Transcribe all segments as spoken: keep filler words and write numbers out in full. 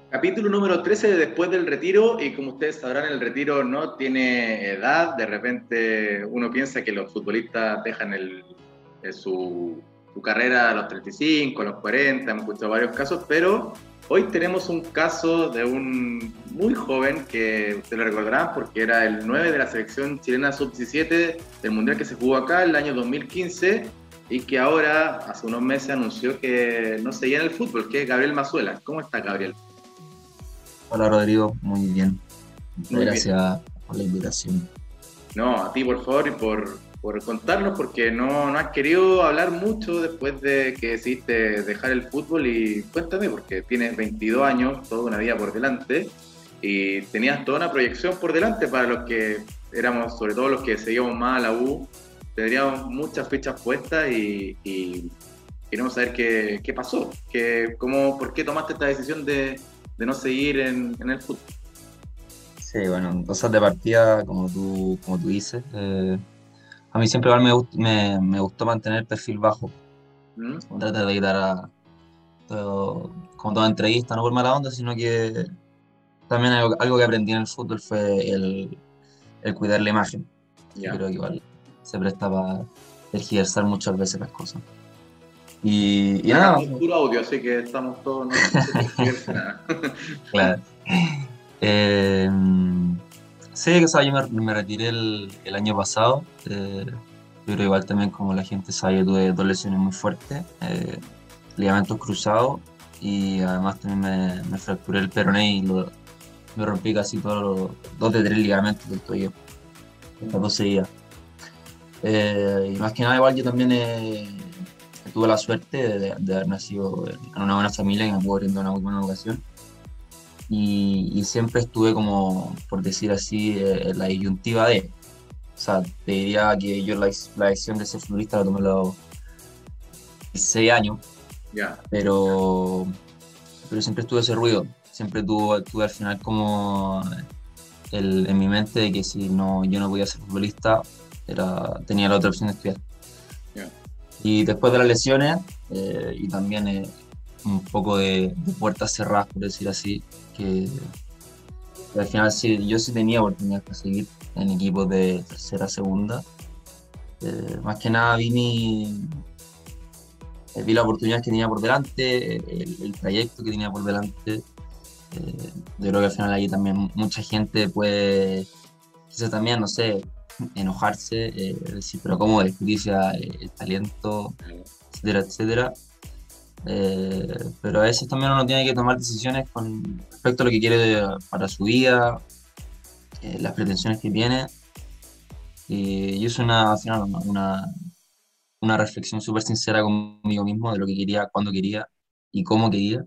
Capítulo número trece de Después del Retiro, y como ustedes sabrán, el retiro no tiene edad. De repente uno piensa que los futbolistas dejan el, el- su, su carrera a los treinta y cinco, a los cuarenta. Hemos escuchado varios casos, pero hoy tenemos un caso de un muy joven que ustedes lo recordarán porque era el nueve de la selección chilena sub diecisiete del Mundial que se jugó acá el año dos mil quince, y que ahora, hace unos meses, anunció que no seguía en el fútbol, que es Gabriel Mazuela. ¿Cómo está, Gabriel? Hola Rodrigo, muy bien. Muchas Muy bien. gracias por la invitación. No, a ti por favor y por, por contarnos, porque no, no has querido hablar mucho después de que decidiste dejar el fútbol. Y cuéntame, porque tienes veintidós años, toda una vida por delante, y tenías toda una proyección por delante para los que éramos, sobre todo los que seguíamos más a la U. Tendríamos muchas fichas puestas y, y queremos saber qué, qué pasó, qué, cómo, por qué tomaste esta decisión de, de no seguir en, en el fútbol. Sí, bueno, cosas de partida, como tú, como tú dices. Eh, a mí siempre igual me, gust- me, me gustó mantener el perfil bajo. ¿Mm? No tratar de evitar a todo- como toda entrevista, no por mala onda, sino que también algo, algo que aprendí en el fútbol fue el, el cuidar la imagen, que Ya. creo que igual se presta para tergiversar muchas veces las cosas. Y, y Acá nada, todo es puro audio, así que estamos todos, no, no se tergiversa nada. claro. Eh, sí, o sea, yo me, me retiré el, el año pasado, eh, pero igual también como la gente sabe, tuve dos lesiones muy fuertes, eh, ligamentos cruzados y además también me, me fracturé el peroné y lo- me rompí casi todos los dos de tres ligamentos del tobillo, estas dos seguidas. Eh, y más que nada igual yo también eh, tuve la suerte de, de haber nacido en una buena familia que me pudo brindar una muy buena educación. Y, y siempre estuve como, por decir así, eh, en la disyuntiva de, o sea, te diría que yo la, la decisión de ser futbolista la tomé a los dieciséis años, Ya, pero, pero siempre estuve ese ruido, siempre tuve, tuve al final como el, en mi mente de que si no, yo no podía ser futbolista, era, tenía la otra opción de estudiar. ya. Y después de las lesiones, eh, y también eh, un poco de, de puertas cerradas, por decir así, que al final sí, yo sí tenía oportunidad de seguir en equipos de tercera, segunda. Eh, más que nada vi, mi, eh, vi la oportunidad que tenía por delante, el, el trayecto que tenía por delante. Eh, yo creo que al final ahí también mucha gente puede, quizás también, no sé, enojarse, eh, decir, pero cómo desperdicia eh, el talento, etcétera, etcétera. Eh, pero a veces también uno tiene que tomar decisiones con respecto a lo que quiere de- para su vida, eh, las pretensiones que tiene. Y yo hice una, al final, una, una, una reflexión súper sincera conmigo mismo de lo que quería, cuándo quería y cómo quería.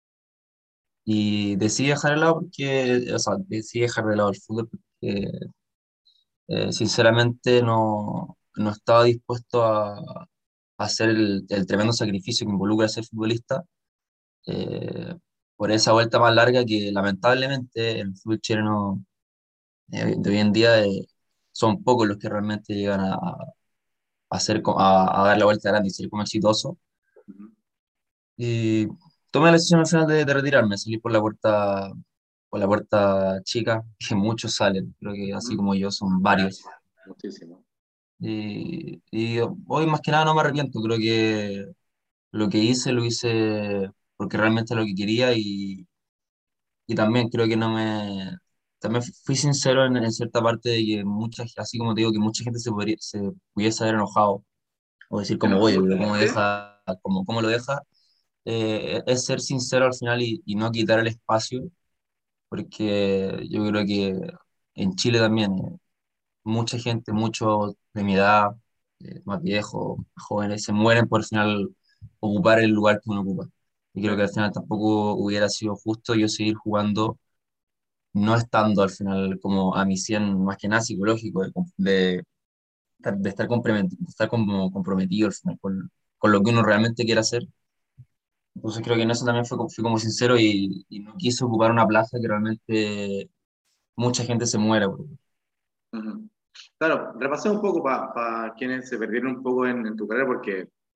Y decidí dejar de lado porque, o sea, decidí dejar de lado el fútbol porque eh, sinceramente no, no estaba dispuesto a, a hacer el, el tremendo sacrificio que involucra ser futbolista eh, por esa vuelta más larga que lamentablemente en el fútbol chileno eh, de hoy en día eh, son pocos los que realmente llegan a, a, hacer, co- a, a dar la vuelta grande y ser como exitoso. Ujú. Y tomé la decisión al final de, de retirarme, salir por la puerta, por la puerta chica, que muchos salen, creo que así Ujú. como yo son Ya, varios. muchísimo. Y, y hoy más que nada no me arrepiento, creo que lo que hice lo hice porque realmente es lo que quería y, y también creo que no me... También fui sincero en, en cierta parte de que mucha, así como te digo, que mucha gente se, podría, se pudiese haber enojado o decir ¿Te como, oye, pero ¿cómo enojaste? deja, cómo, cómo lo deja? Eh, es ser sincero al final y, y no quitar el espacio, porque yo creo que en Chile también eh, mucha gente, muchos de mi edad, eh, más viejos, más jóvenes, se mueren por al final ocupar el lugar que uno ocupa. Y creo que al final tampoco hubiera sido justo yo seguir jugando no estando al final como a mi cien más que nada psicológico, de, de, de estar, comprometido, de estar como comprometido al final con, con lo que uno realmente quiere hacer. Entonces creo que en eso también fue, fui como sincero y, y no quise ocupar una plaza que realmente mucha gente se muera. Por ella. Ujú. Claro, repasé un poco para quienes se perdieron un poco en, en tu carrera, porque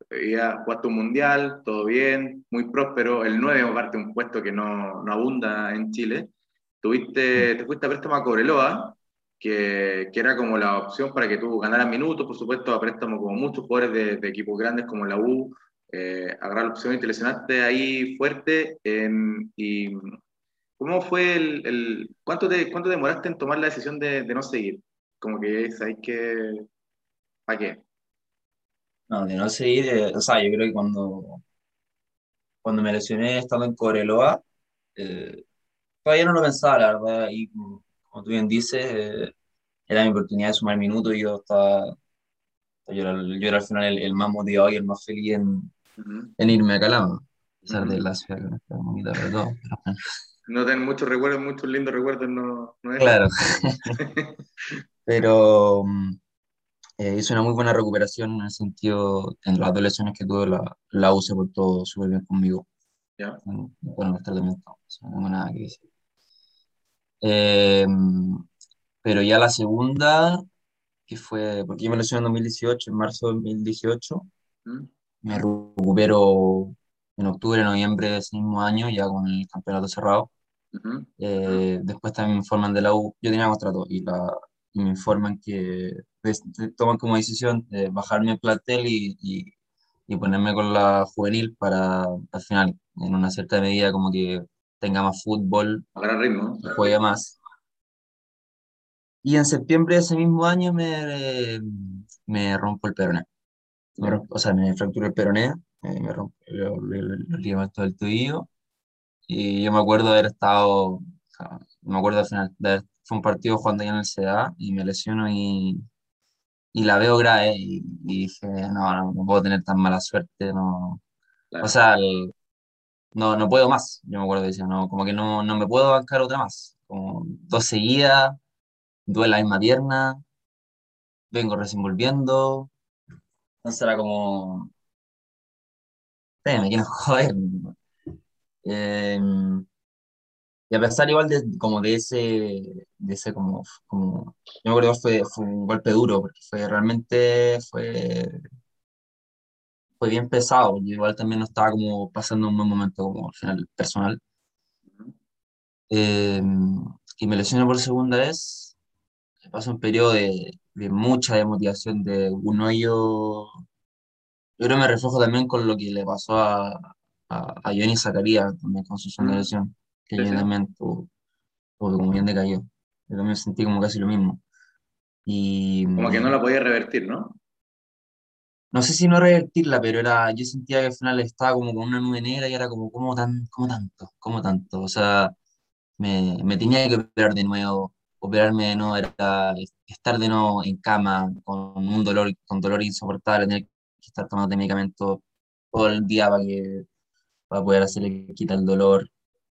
Ya jugaste un mundial, todo bien, muy próspero. El nueve, aparte, un puesto que no, no abunda en Chile. Tuviste, te fuiste a préstamo a Cobreloa, que, que era como la opción para que tú ganaras minutos, por supuesto, a préstamo como muchos jugadores de, de equipos grandes como la U. Eh, agarrar la opción y te lesionaste ahí fuerte. En- y ¿cómo fue el, el- cuánto te, cuánto demoraste en tomar la decisión de, de no seguir? Como que sabes que, ¿para qué? No, de no seguir, eh, o sea, yo creo que cuando, cuando me lesioné estando en Cobreloa, eh, todavía no lo pensaba, la verdad, y como, como tú bien dices, eh, era mi oportunidad de sumar minutos y yo estaba, yo era, yo era al final el, el más motivado y el más feliz en, Ujú, en irme a Calama, a pesar de ujú. la ciudad que no está bonita, pero todo, pero bueno. No ten muchos recuerdos, muchos lindos recuerdos, no, no es eso. Claro, pero mm, eh, hice una muy buena recuperación en el sentido, en las dos lesiones que tuve, la, la U se portó súper bien conmigo. ¿Ya? Mm, bueno, los tratamientos, o sea, no tengo nada que decir. Eh, pero ya la segunda, que fue, porque yo me lesioné en dos mil dieciocho, en marzo de dos mil dieciocho, ¿Mm? me recupero en octubre, noviembre de ese mismo año, ya con el campeonato cerrado. Ujú. Eh, después también me informan de la U, yo tenía contrato y, la, y me informan que des- de- toman como decisión eh, bajarme el plantel y, y, y ponerme con la juvenil para al final, en una cierta medida, como que tenga más fútbol, Agarrar ritmo. que juegue más. Y en septiembre de ese mismo año me, me rompo el peroné. Me ¿Ya? rompo- o sea, me fracturé el peroné, eh, me rompo lo- lo- lo- los ligamentos del tobillo. Y yo me acuerdo de haber estado, o sea, me acuerdo al final, de haber- fue un partido jugando allá en el C D A y me lesiono y, y la veo grave y, y dije, no, no, no puedo tener tan mala suerte, no. O Claro. sea, el- no, no puedo más. Yo me acuerdo de decir, no, como que no, no me puedo bancar otra más. Como dos seguidas, duele la misma pierna, vengo recién volviendo. Entonces era como, "Eh, me quiero joder". Eh, y a pesar igual de, como de ese, de ese como, como, yo me acuerdo que fue, fue un golpe duro, porque fue realmente, fue, fue bien pesado, porque igual también no estaba como pasando un buen momento como al final personal. Ujú. Eh, y me lesioné por segunda vez, pasó un periodo de, de mucha desmotivación, de un hoyo. Yo creo que me reflejo también con lo que le pasó a, a, a Johnny Zacarías, también con su segunda Mm. lesión, que Sí, yo sí. también tuvo, tuvo como bien decayó. Yo también sentí como casi lo mismo. Y Como que no mm, la podía revertir, ¿no? no sé si no revertirla, pero era, yo sentía que al final estaba como con una nube negra y era como, ¿cómo tan, cómo tanto? ¿Cómo tanto? O sea, me, me tenía que operar de nuevo. Operarme de nuevo era estar de nuevo en cama con un dolor, con dolor insoportable, tener que estar tomando medicamentos todo el día para que para poder hacerle quita el dolor.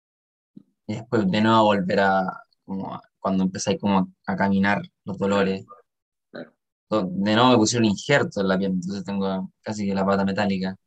Y después de nuevo volver a, como a- cuando empecé como a caminar los Claro, dolores. claro. To- De nuevo me pusieron injerto en la pierna, entonces tengo casi que la pata metálica.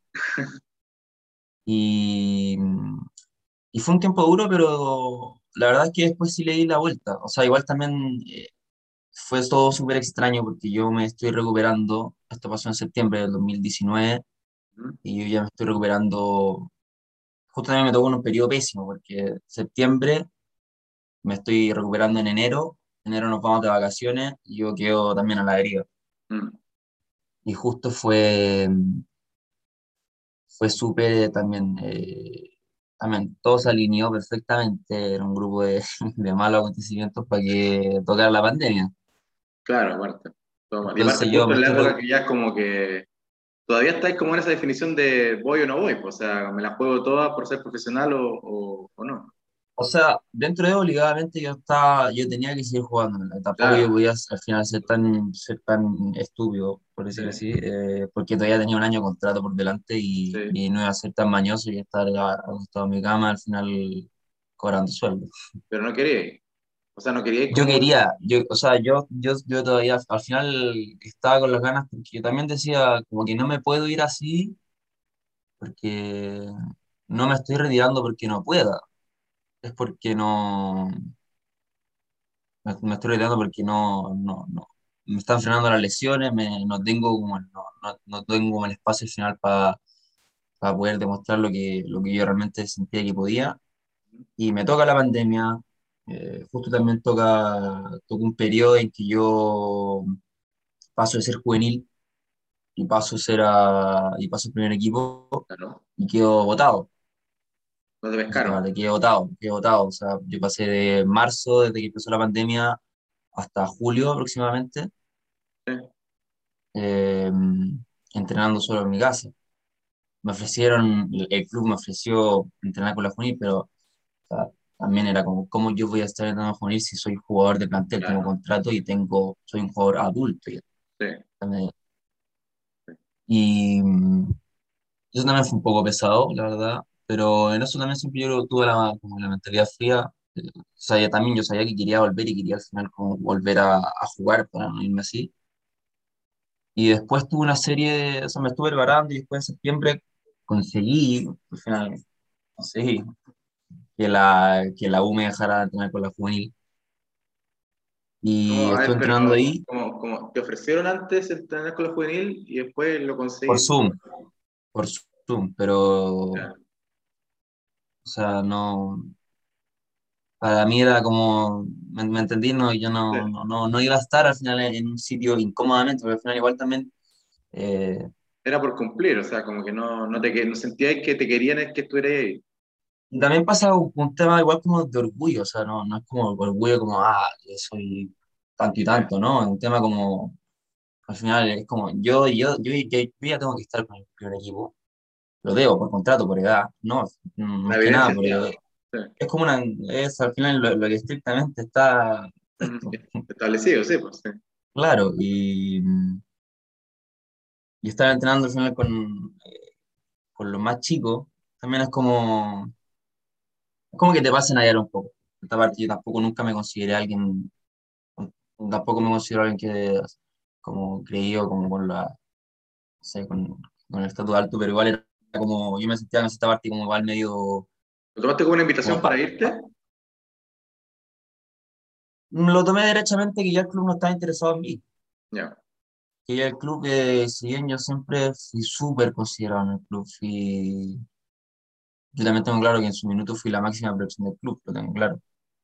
Y, y fue un tiempo duro, pero la verdad es que después sí le di la vuelta. O sea, igual también eh, fue todo súper extraño porque yo me estoy recuperando, esto pasó en septiembre del dos mil diecinueve Ujú. y yo ya me estoy recuperando, justo también me tocó un periodo pésimo porque septiembre me estoy recuperando en enero, enero nos vamos de vacaciones y yo quedo también a la deriva. Mm. Y justo fue, fue súper también, eh, también todo se alineó perfectamente, era un grupo de, de malos acontecimientos para que tocara la pandemia. Claro, aparte. Todo mal. Y aparte, Entonces yo justo me en la estoy, época recu- que ya es como que todavía estáis como en esa definición de voy o no voy, pues, o sea, me la juego toda por ser profesional o, o, o no. o sea, dentro de obligadamente yo estaba, yo tenía que seguir jugando, tampoco yo Claro, podía al final ser tan, ser tan estúpido, por sí, decir así, eh, porque todavía tenía un año de contrato por delante y, sí. y no iba a ser tan mañoso y estar a- acostado en mi cama al final cobrando sueldo. Pero no quería. O sea, no quería Yo como. quería, yo, o sea, yo, yo, yo todavía al final estaba con las ganas porque yo también decía como que no me puedo ir así porque no me estoy retirando porque no pueda, es porque no, me, me estoy retirando porque no, no, no. me están frenando las lesiones, me, no tengo como, no, no, no tengo como el espacio final para poder demostrar lo que, lo que yo realmente sentía que podía. Y me toca la pandemia, eh, justo también toca, toca un periodo en que yo paso de ser juvenil y paso a ser a, y paso al primer equipo Claro. y quedo votado. No te pescaron. Básicamente, quedé votado, quedé votado. O sea, yo pasé de marzo, desde que empezó la pandemia, hasta julio aproximadamente, Sí. eh, entrenando solo en mi casa. Me ofrecieron, el el club me ofreció entrenar con la juvenil, pero o sea, también era como, ¿cómo yo voy a estar entrenando juvenil si soy jugador de plantel? Tengo Claro. contrato y tengo, soy un jugador adulto ya. Sí. También- Sí. Y mm, eso también fue un poco pesado, la verdad, pero en eso también siempre yo tuve la, como la mentalidad fría. Eh, O sea, ya también yo sabía que quería volver y quería al final como volver a, a jugar para no irme así. Y después tuve una serie, de- o sea, me estuve preparando y después en septiembre conseguí, al final conseguí que la, que la U me dejara entrenar con la juvenil. ¿Cómo? Y A estuve ver, entrenando pero ahí ¿cómo, cómo? ¿Te ofrecieron antes entrenar con la juvenil y después lo por conseguiste? Zoom, por Zoom, pero, o Ya. sea, no, para mí era como, me, me entendí, no, yo Sí. no, no, no, no iba a estar al final en, en un sitio incómodamente, porque al final igual también, eh, Era por cumplir, o sea, como que no, no te que- no sentías que te querían es que tú eres ahí. y también pasa un, un tema igual como de orgullo, o sea, no, no es como orgullo como, ah, yo soy tanto y Sí. tanto, ¿no? Es un tema como, al final es como, yo, yo, yo, yo, yo ya tengo que estar con el primer equipo, lo debo por contrato, por edad, no, La más que nada, evidencia está. porque Sí. es como una, es al final lo, lo que estrictamente está Ujú. esto, Establecido, sí, pues sí. claro, y, y estar entrenando al final con, con los más chicos, también es como, es como que te pasen a hallar un poco. Esta parte yo tampoco nunca me consideré alguien, tampoco me considero alguien que como creído como con la, no sé, con, con el estatus alto, pero igual era como, yo me sentía en esta parte como igual medio, ¿Lo tomaste como una invitación como para pa- irte? pa- lo tomé derechamente que ya el club no estaba interesado en mí, Ya. que ya el club, eh, si bien yo siempre fui súper considerado en el club, fui, yo también tengo claro que en su minuto fui la máxima producción del club, lo tengo claro.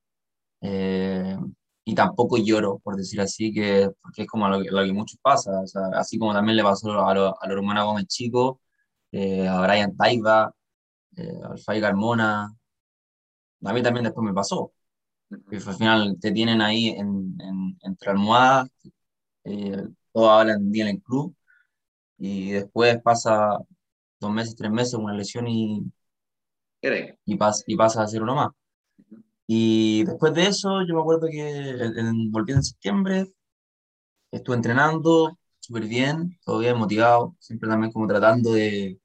Eh, y tampoco lloro, por decir así, que, porque es como lo que, lo que muchos pasa, o sea, así como también le pasó a, lo, a los hermanos Gómez Chico, eh, a Brian Taiba, eh, al Fay Carmona, a mí también después me pasó, que Ujú. al final te tienen ahí en, en- entre almohadas, eh, todos hablan bien en el club, y después pasa dos meses, tres meses, una lesión y, Era ahí. y, pas- y pasa a ser uno más. Ujú. Y después de eso, yo me acuerdo que en, en- volví en septiembre. Estuve entrenando súper bien, todo bien, motivado, siempre también como tratando de,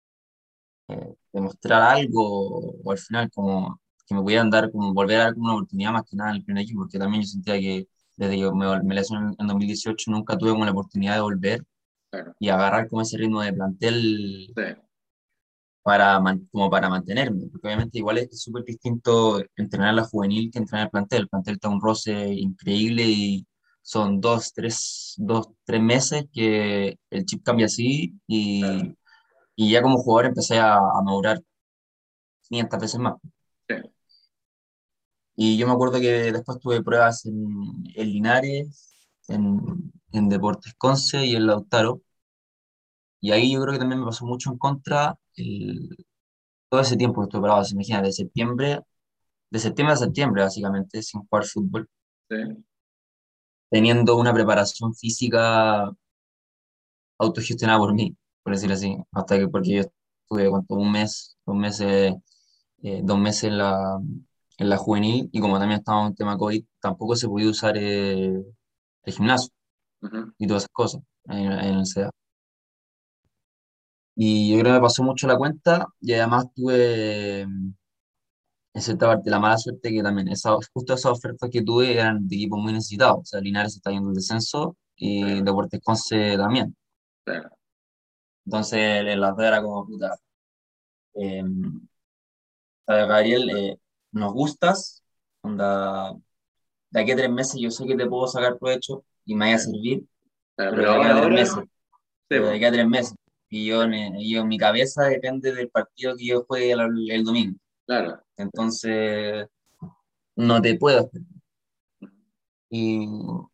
eh, de mostrar algo o al final como que me pudieran dar, como volver a dar como una oportunidad más que nada en el primer equipo, porque también yo sentía que desde que me, me lesioné en dos mil dieciocho nunca tuve como la oportunidad de volver Claro. y agarrar como ese ritmo de plantel Sí. para, man- como para mantenerme, porque obviamente igual es súper distinto entrenar la juvenil que entrenar el plantel. El plantel está un roce increíble y son dos, tres, dos, tres meses que el chip cambia así Claro. y, y ya como jugador empecé a, a madurar quinientas veces más. Sí. Y yo me acuerdo que después tuve pruebas en, en Linares, en, en Deportes Conce y en Lautaro, y ahí yo creo que también me pasó mucho en contra el, todo ese tiempo que estuve parado, se imagina, de septiembre de septiembre a septiembre, básicamente, sin jugar fútbol, Sí. teniendo una preparación física autogestionada por mí, por decir Ujú. así, hasta que, porque yo estuve, ¿cuánto? Un mes, dos meses, eh, dos meses en la, en la juvenil, y como también estaba en tema COVID, tampoco se podía usar eh, el gimnasio Ujú. y todas esas cosas en, en el C E A. Y yo creo que me pasó mucho la cuenta, y además tuve en cierta parte la mala suerte que también esa, justo esas ofertas que tuve eran de equipos muy necesitados. O sea, Linares está yendo al descenso y Claro. Deportes Conce también. Claro. Entonces, en las dos era como puta. eh, a ver, Gabriel, eh, nos gustas. Onda, de aquí a tres meses yo sé que te puedo sacar provecho. y me vaya a servir, Claro, pero pero de acá ahora, a tres ahora, meses, sí, pero de po, acá a tres meses. Y yo, sí, en, yo en mi cabeza depende del partido que yo juegue el, el domingo. claro. Entonces, no te puedo esperar. Y,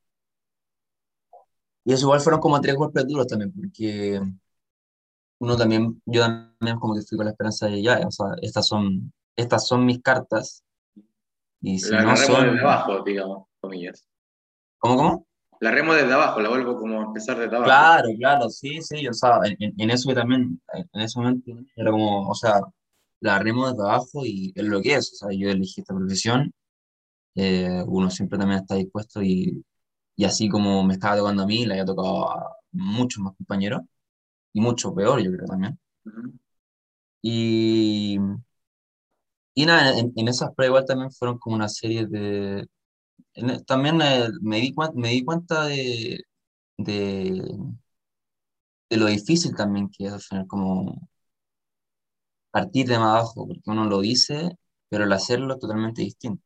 y eso igual fueron como tres golpes duros también, porque uno también, yo también como que fui con la esperanza de ya, o sea, estas son, estas son mis cartas, y si La, la no remo desde son, abajo, digamos, comillas. ¿cómo, cómo? La remo desde abajo, la vuelvo como a empezar desde abajo. Claro, claro, sí, sí, o sea, en, en- en eso yo también, en en ese momento era como, o sea, la remo desde abajo y es lo que es, o sea, yo elegí esta profesión, eh, uno siempre también está dispuesto y, y así como me estaba tocando a mí, le había tocado a muchos más compañeros y mucho peor, yo creo también. Ujú. Y, y nada, en, en esas pruebas igual también fueron como una serie de... en- también eh, me di, cuen- me di cuenta de, de, de lo difícil también que es al final como partir de más abajo, porque uno lo dice, pero el hacerlo es totalmente distinto.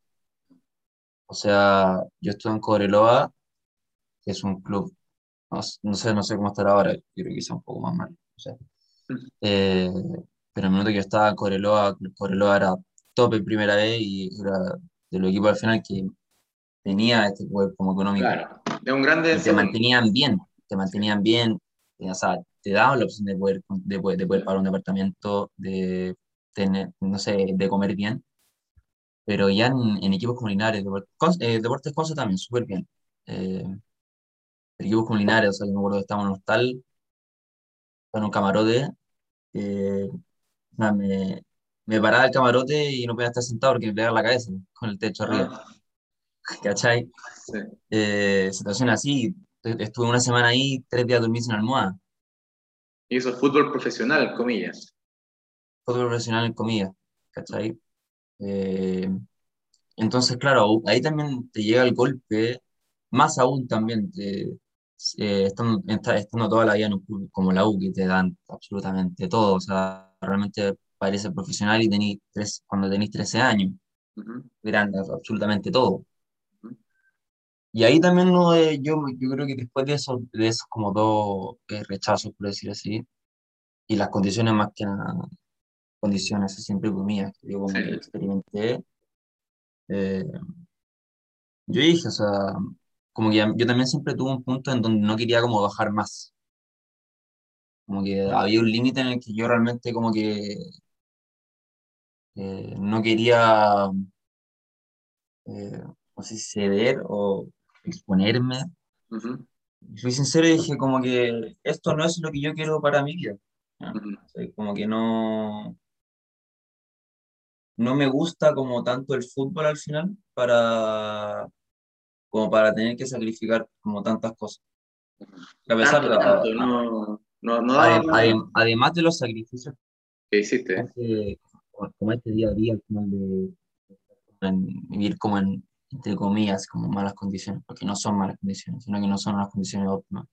O sea, yo estuve en Cobreloa, que es un club, no, s- no sé, no sé cómo estará ahora, yo creo que quizá un poco más mal, no sé. Eh, pero en el minuto que yo estaba en Cobreloa, Cobreloa era top en primera vez y era de los equipos al final que tenía este poder como económico Claro, de un grande en y te segundo. mantenían bien, te Sí, mantenían bien, eh, o sea, te daban la opción de poder, de poder, de poder pagar un departamento, de tener, no sé, de comer bien, pero ya en, en equipos como Linares, Depor- Cons- eh, Deportes Conce también, súper bien. Eh, equipos como Linares, o sea, yo me acuerdo que estábamos en un hostal, en un camarote, eh, nada, me, me paraba el camarote y no podía estar sentado porque me pegaba la cabeza con el techo arriba, ah, ¿cachai? sí. Eh, situación así, estuve una semana ahí, tres días dormí sin almohada, Y eso es fútbol profesional, comillas. fútbol profesional en comida, ¿cachai? Eh, entonces, claro, ahí también te llega el golpe, más aún también, te- eh, estando, esta- estando toda la vida en un club como la U, que te dan absolutamente todo, o sea, realmente parece profesional y tenés tres, cuando tenés trece años, Ujú, te dan absolutamente todo. ujú. Y ahí también no, eh, yo, yo creo que después de esos, de esos como dos eh, rechazos, por decir así, y las condiciones más que nada, condiciones siempre mías, que yo como que Sí. experimenté, eh, yo dije, o sea, como que yo también siempre tuve un punto en donde no quería como bajar más, como que había un límite en el que yo realmente como que eh, no quería, eh, no sé si ceder o exponerme. Ujú, Y fui sincero y dije como que esto no es lo que yo quiero para mi vida. ¿Ya? ujú. O sea, como que no, no me gusta como tanto el fútbol al final para, como para tener que sacrificar como tantas cosas. A pesar Tanto, de, tanto, a- no, no, no daba Adem- más. adem- además de los sacrificios ¿Qué que hiciste? hace, como este día a día, al final de en vivir como en, entre comillas, como malas condiciones, porque no son malas condiciones, sino que no son las condiciones óptimas.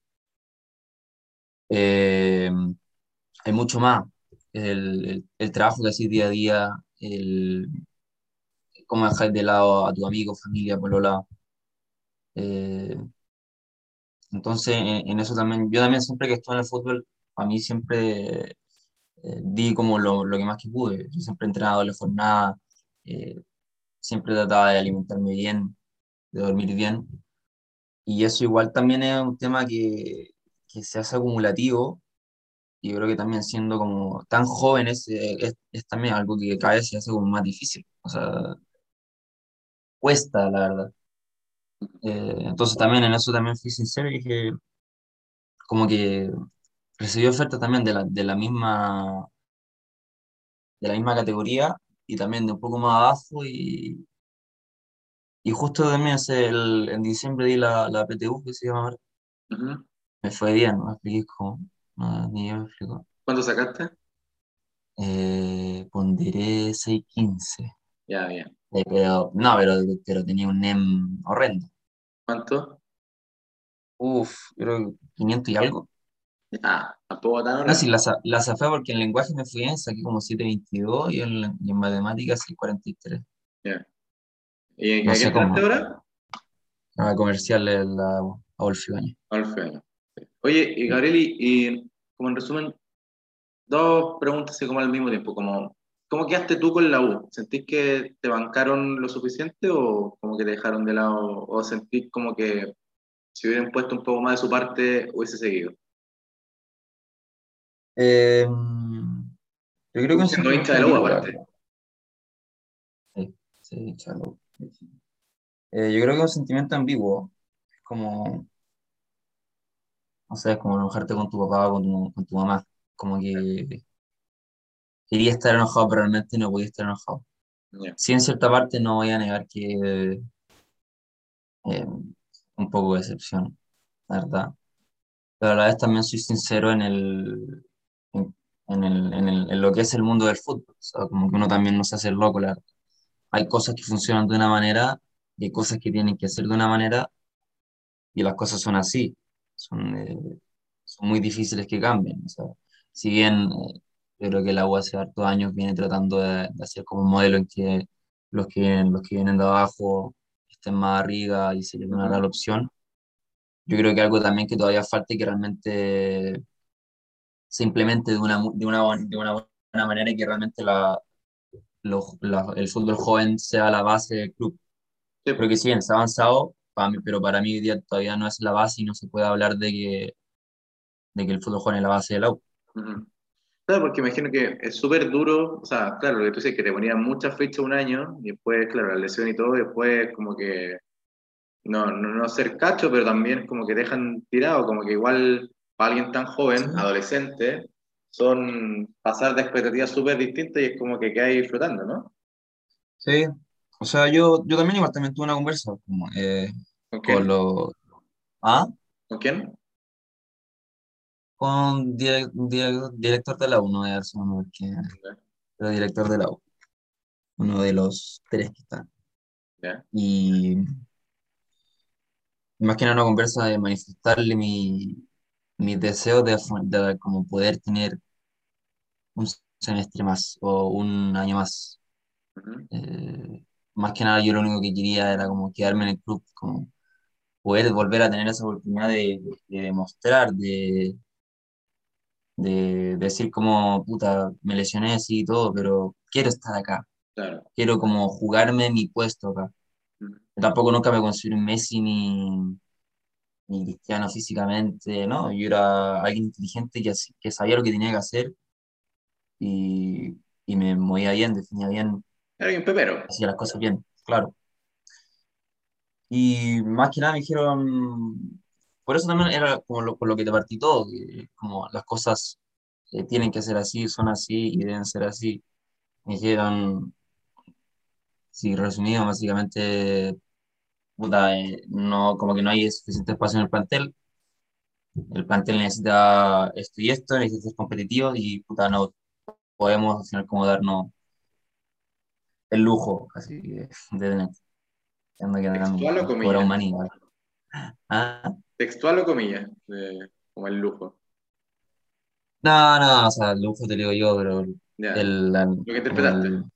Eh, hay mucho más. El, el, el trabajo que haces día a día, el cómo dejar de lado a tu amigo, familia, polola. Eh, entonces, en, en eso también, yo también siempre que estoy en el fútbol, a mí siempre eh, di como lo, lo que más que pude. Yo siempre he entrenado la jornada, eh, siempre trataba de alimentarme bien, de dormir bien. Y eso igual también es un tema que, que se hace acumulativo. Y yo creo que también siendo como tan jóvenes eh, es, es también algo que cada vez se hace como más difícil. O sea, cuesta, la verdad. Eh, entonces también en eso también fui sincero y dije, como que recibí ofertas también de la, de la misma, de la misma categoría y también de un poco más abajo y, y justo también ese, el, en diciembre di la, la P T U que se llama ahora. Ujú. Me fue bien, no me expliqué como, no, ni yo me explico. ¿Cuánto sacaste? Eh, ponderé seis quince. Ya, bien. Eh, pero, no, pero, pero tenía un NEM horrendo. ¿Cuánto? Uf, creo que quinientos y algo. Ah, tampoco tan No, sí, horrendo. la, za- la zafé porque en lenguaje me fui bien, saqué como siete veintidós y en, y en matemáticas seis cuarenta y tres. Ya. ¿Y No a qué sé entraste cómo. ahora? A comercial en la Adolfo Ibáñez. Adolfo Ibáñez. Oye, y Gabriel, y, y como en resumen, dos preguntas así como al mismo tiempo, como, ¿cómo quedaste tú con la U? ¿Sentís que te bancaron lo suficiente o como que te dejaron de lado? ¿O sentís como que si hubieran puesto un poco más de su parte hubiese seguido? Eh, yo creo que Tú un siendo hincha sentimiento de la U ambiguo, la aparte. verdad. Sí, sí, chalo. Eh, yo creo que es un sentimiento ambiguo. Es como, no sé, es como enojarte con tu papá o con tu, con tu mamá. Como que quería estar enojado, pero realmente no podía estar enojado. Ya. Sí, en cierta parte no voy a negar que eh, un poco de decepción, la verdad. Pero a la vez también soy sincero en el, en, en el, en el, en lo que es el mundo del fútbol. O sea, como que uno también no se hace el loco, la verdad. Hay cosas que funcionan de una manera y hay cosas que tienen que ser de una manera y las cosas son así. Son, eh, son muy difíciles que cambien. O sea, si bien eh, yo creo que la U hace hartos años viene tratando de, de hacer como un modelo en que los que, los que vienen de abajo estén más arriba y se les dé una Ujú. real opción. Yo creo que algo también que todavía falta y que realmente se implemente de una, mu- de una, bu- de una buena manera y que realmente la, lo- la- el fútbol joven sea la base del club. Sí, Creo pues. que sí, se ha avanzado, para mí, pero para mí hoy día todavía no es la base y no se puede hablar de que, de que el fútbol joven es la base del la U. Ujú. Claro, porque imagino que es súper duro, o sea, claro, lo que tú dices, que te ponían muchas fechas un año, y después, claro, la lesión y todo, y después como que no, no, no ser cacho, pero también como que dejan tirado, como que igual para alguien tan joven, Sí. adolescente, son pasar de expectativas súper distintas y es como que quedáis flotando, ¿no? Sí, o sea, yo, yo también igual también tuve una conversa como, eh, ¿Con con quién? los... ¿Ah? ¿Con quién? Con dire- dire- director de la U, no de Arsenal, no, porque Ya, era director de la U, uno de los tres que están. ya. Y más que nada una conversa de manifestarle mi, mis deseos de, de como poder tener un semestre más o un año más. Ujú. Eh, Más que nada yo lo único que quería era como quedarme en el club, como poder volver a tener esa oportunidad de, de demostrar, de, de decir como, puta, me lesioné, sí y todo, pero quiero estar acá, Claro. quiero como jugarme mi puesto acá. Ujú. Tampoco nunca me considero un Messi ni, ni Cristiano físicamente, ¿no? Yo era alguien inteligente que, así- que sabía lo que tenía que hacer y, y me movía bien, definía bien, Era un pepero. hacía las cosas bien, claro. Y más que nada me dijeron, por eso también era como lo, por lo que te partí todo, que como las cosas eh, tienen que ser así, son así y deben ser así. Me dijeron, si resumido, básicamente, puta, eh, no, como que no hay suficiente espacio en el plantel, el plantel necesita esto y esto, necesita ser competitivo y puta, no podemos al final como darnos el lujo, así que, de tener, siendo que ¿Textual o nos cobra comillas? un maní, ¿vale? Ah, ¿Textual o comillas? De- como el lujo. no, no, o sea, el lujo te lo digo yo, pero Ya. el, la- Lo que como interpretaste. el,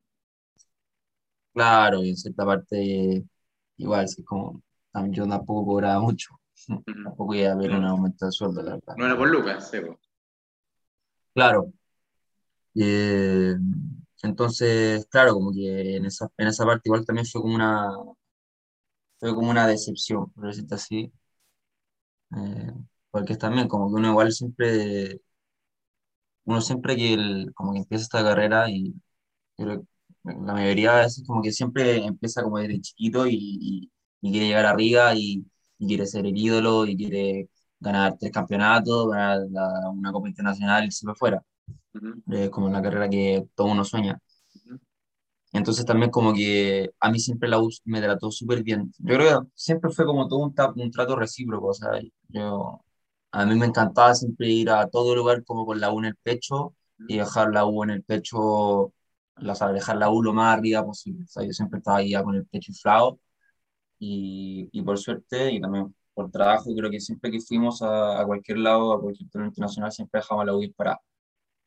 claro, y en cierta parte igual, sí, como tam- yo tampoco cobraba mucho, Ujú. tampoco iba a haber un No, aumento de sueldo, la verdad. no era por Lucas, sí, po. Claro, eh, entonces, claro, como que en esa, en esa parte igual también fue como una, fue como una decepción, por decirlo así, eh, porque es también como que uno igual siempre, uno siempre que el- como que empieza esta carrera y creo que la mayoría de veces como que siempre empieza como desde chiquito y, y- y quiere llegar arriba y, y quiere ser el ídolo y quiere ganar tres campeonatos, ganar la- una Copa Internacional y se lo fuera. Ujú, Es como la carrera que todo uno sueña. ujú. Entonces también como que a mí siempre la U me trató súper bien. Yo creo que siempre fue como todo un, ta- un trato recíproco. O sea, yo, a mí me encantaba siempre ir a todo lugar como con la U en el pecho y dejar la U en el pecho, la, o sea, dejar la U lo más arriba posible. O sea, yo siempre estaba ahí ya con el pecho inflado y, y por suerte y también por trabajo, creo que siempre que fuimos a, a cualquier lado, a cualquier torneo internacional, siempre dejamos la U ir para.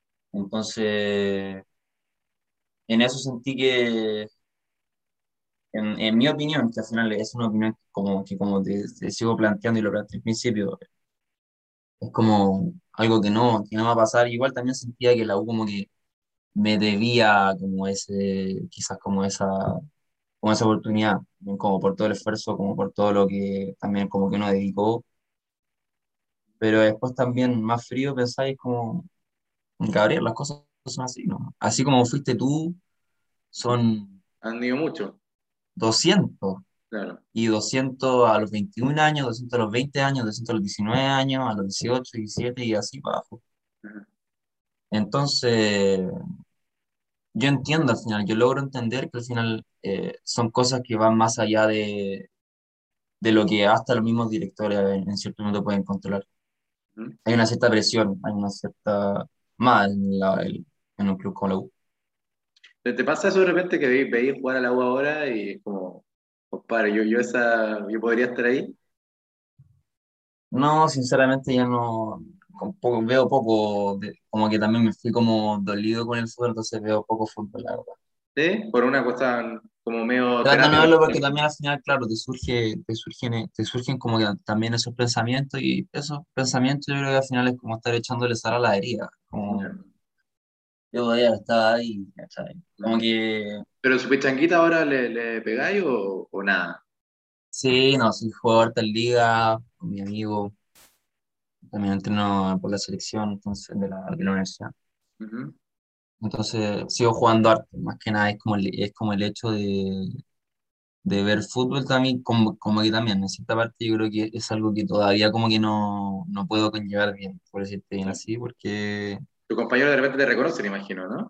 Entonces, en eso sentí que en, en mi opinión, que al final es una opinión como que como te, te sigo planteando y lo planteé al principio, es como algo que no, que no va a pasar. Igual también sentía que la U como que me debía como ese, quizás como esa, como esa oportunidad, como por todo el esfuerzo, como por todo lo que también como que uno dedicó. Pero después también más frío pensáis como, Gabriel, las cosas son así, ¿no? Así como fuiste tú, son Han ido mucho, doscientos claro. y doscientos a los veintiún años, doscientos a los veinte años, doscientos a los diecinueve años, a los dieciocho diecisiete y así para abajo. Ajá. Entonces, yo entiendo al final, yo logro entender que al final eh, son cosas que van más allá de, de lo que hasta los mismos directores en, en cierto momento pueden controlar. Ujú. Hay una cierta presión, hay una cierta más en, la- el- en un club como la U. ¿Te te pasa eso de repente que veis, veis jugar a la U ahora y es como, compadre, yo, yo, esa, yo podría estar ahí? No, sinceramente ya no, con poco- veo poco, de- como que también me fui como dolido con el fútbol, entonces veo poco fútbol, la verdad. ¿Sí? Por una cuestión como medio Trato de no terapia verlo porque personal. también al final, claro, te surge, te surgen, te surgen como que también esos pensamientos y esos pensamientos yo creo que al final es como estar echándole sal a la herida, como Ya. yo podría estar ahí, ¿cachai? Como Ujú. que ¿Pero su pichanguita ahora le, le pegáis o, o nada? sí, no, soy jugador de liga, con mi amigo, también entreno por la selección entonces, de la, de la universidad. Ujú. Entonces sigo jugando harto, más que nada es como el, es como el hecho de, de ver fútbol también, como, como que también en cierta parte yo creo que es algo que todavía como que no, no puedo conllevar bien, por decirte bien así, porque Tu compañero de repente te reconoce, me imagino, ¿no?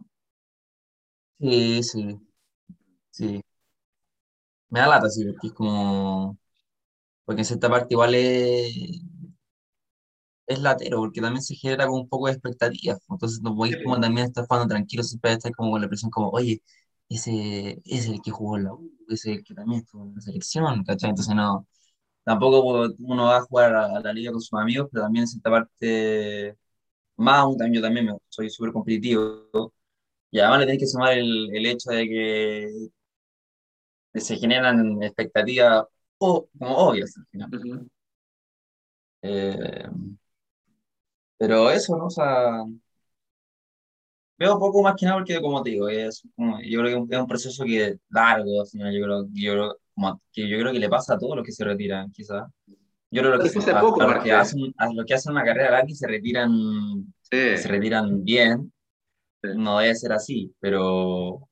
sí, sí, sí, me da lata, sí, porque es como, porque en cierta parte igual es, es latero, porque también se genera como un poco de expectativas, pues. Entonces no Sí, podéis como po. también estar jugando tranquilo, siempre estar como con la presión como, oye, ese, ese es el que jugó en la U, ese es el que también estuvo en la selección, ¿cachai? Entonces no, tampoco pues, uno va a jugar a, a la liga con sus amigos, pero también en cierta parte, más aún también yo también me- soy súper competitivo, y además le tenés que sumar el, el hecho de que se generan expectativas o, como obvias al final. Ujú. Eh, pero eso, ¿no? O sea, veo poco más que nada porque, como te digo, es como- yo creo que es un, es un proceso que es largo, al final, yo creo, yo, creo- como que yo creo que le pasa a todos los que se retiran, quizás. Yo creo que Después se- hace a, poco, a los que aparte. hacen, a los que hacen una carrera larga y se retiran, Sí, y se retiran bien, sí. no debe ser así, pero,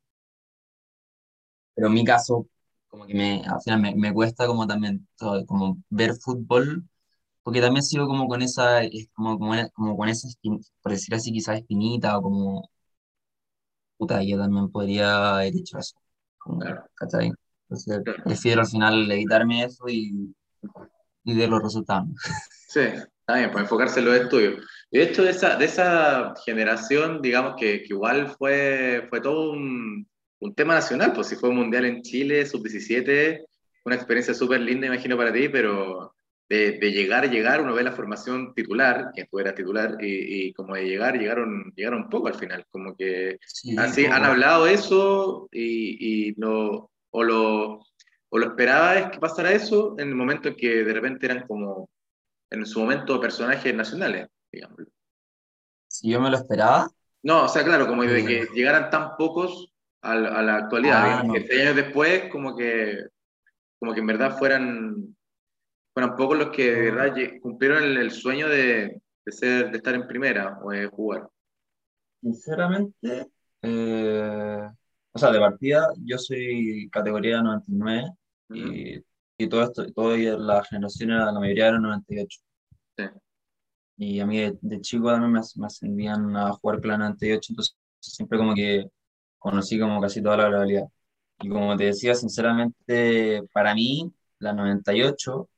pero en mi caso, como que me, al final me, me cuesta como también todo, como ver fútbol, porque también sigo como con esa, es como, como, como con esa, espin- por decir así, quizás espinita o como puta, yo también podría haber hecho eso, como, Claro, ¿cachai? Entonces, claro. prefiero al final evitarme eso y, y ver los resultados. Sí, está bien, pues enfocarse en los estudios. Y de hecho, de esa, de esa generación, digamos que, que igual fue, fue todo un, un tema nacional, pues si fue un mundial en Chile, sub diecisiete, una experiencia súper linda, imagino, para ti, pero de, de llegar, llegar, uno ve la formación titular, que tú eras titular, y, y como de llegar, llegaron, llegaron poco al final, como que Sí, así han poco. hablado eso y, y lo, o lo, o lo esperabas que pasara eso en el momento en que de repente eran como en su momento personajes nacionales, digamos. Si yo me lo esperaba, No, o sea, claro, como de eh, que llegaran tan pocos a la, a la actualidad, ah, digamos, que no. seis años después, como que, como que en verdad fueran, fueran pocos los que de Yo, verdad lle- cumplieron el, el sueño de, de ser, de estar en primera o de jugar. sinceramente, eh, o sea, de partida, yo soy categoría noventa y nueve Ujú. y, y todo esto, toda la generación, era- la mayoría eran noventa y ocho. Sí, Y a mí de, de chico también me, me ascendían a jugar Plan noventa y ocho, entonces siempre como que conocí como casi toda la gradualidad. Y como te decía, sinceramente, para mí, la noventa y ocho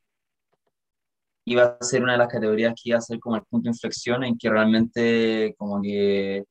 iba a ser una de las categorías que iba a ser como el punto de inflexión en que realmente como que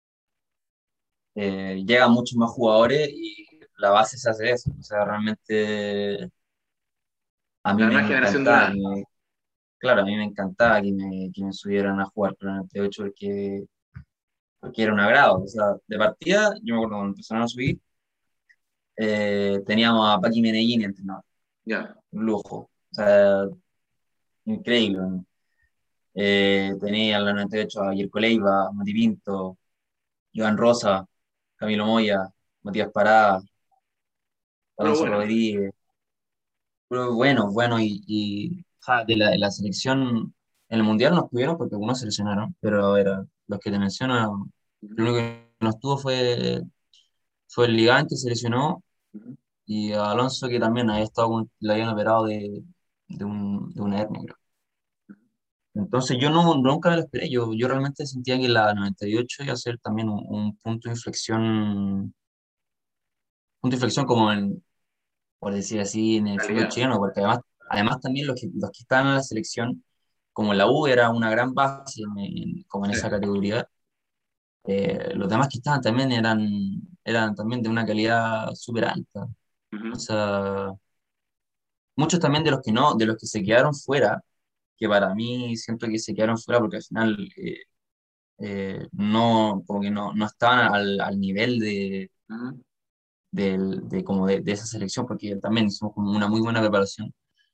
eh, llegan muchos más jugadores y la base se hace eso. O sea, realmente a mí la me nueva generación de encantaba que nada. me, claro, a mí me encantaba que me, que me subieran a jugar Plan noventa y ocho porque porque era un agrado. O sea, de partida, yo me acuerdo cuando empezaron a subir, Eh, teníamos a Paqui Menegini entrenador, Ya. un lujo, o sea, increíble, ¿no? Eh, tenía en la noventa y ocho a Yerko Leiva, Mati Pinto, Joan Rosa, Camilo Moya, Matías Pará, Pero Alonso bueno. Rodríguez, pero bueno, bueno, y, y, o sea, de la, de la selección, en el Mundial no estuvieron porque algunos seleccionaron, pero era, los que te menciono, Ujú, lo único que no estuvo fue, fue el Ligán que seleccionó ujú. y a Alonso que también había estado con, le habían operado de, de, un, de una hernia, creo. Entonces yo no, nunca me lo esperé, yo, yo realmente sentía que la noventa y ocho iba a ser también un, un punto de inflexión, punto de inflexión como en, por decir así, en el fútbol Calidad. chileno, porque además, además también los que, los que estaban en la selección, como la U era una gran base en, en- como en Sí. esa categoría, eh, los demás que estaban también eran, eran también de una calidad súper alta. O Ujú. sea, muchos también de los que no, de los que se quedaron fuera, que para mí siento que se quedaron fuera porque al final eh, eh, no, como que no, no estaban al, al nivel de, Ujú. del- de, como de, de esa selección, porque también hicimos como una muy buena preparación.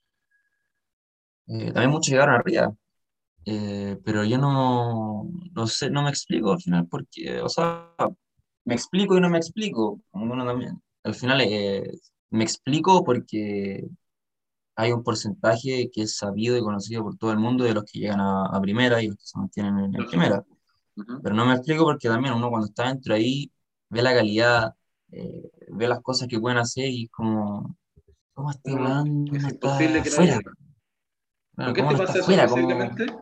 Eh, también muchos llegaron arriba. Eh, pero yo no, no sé, no me explico al final porque, o sea, me explico y no me explico, como uno también. Al final eh, me explico porque hay un porcentaje que es sabido y conocido por todo el mundo de los que llegan a, a primera y los que se mantienen en, en Lógico. primera. Ujú. Pero no me explico porque también uno cuando está dentro ahí ve la calidad, eh, ve las cosas que pueden hacer y es como, ¿cómo este Como weón es no imposible está que no fuera? llegue. ¿Por Claro, qué ¿cómo te no está pasa eso fuera? ¿Cómo, posiblemente?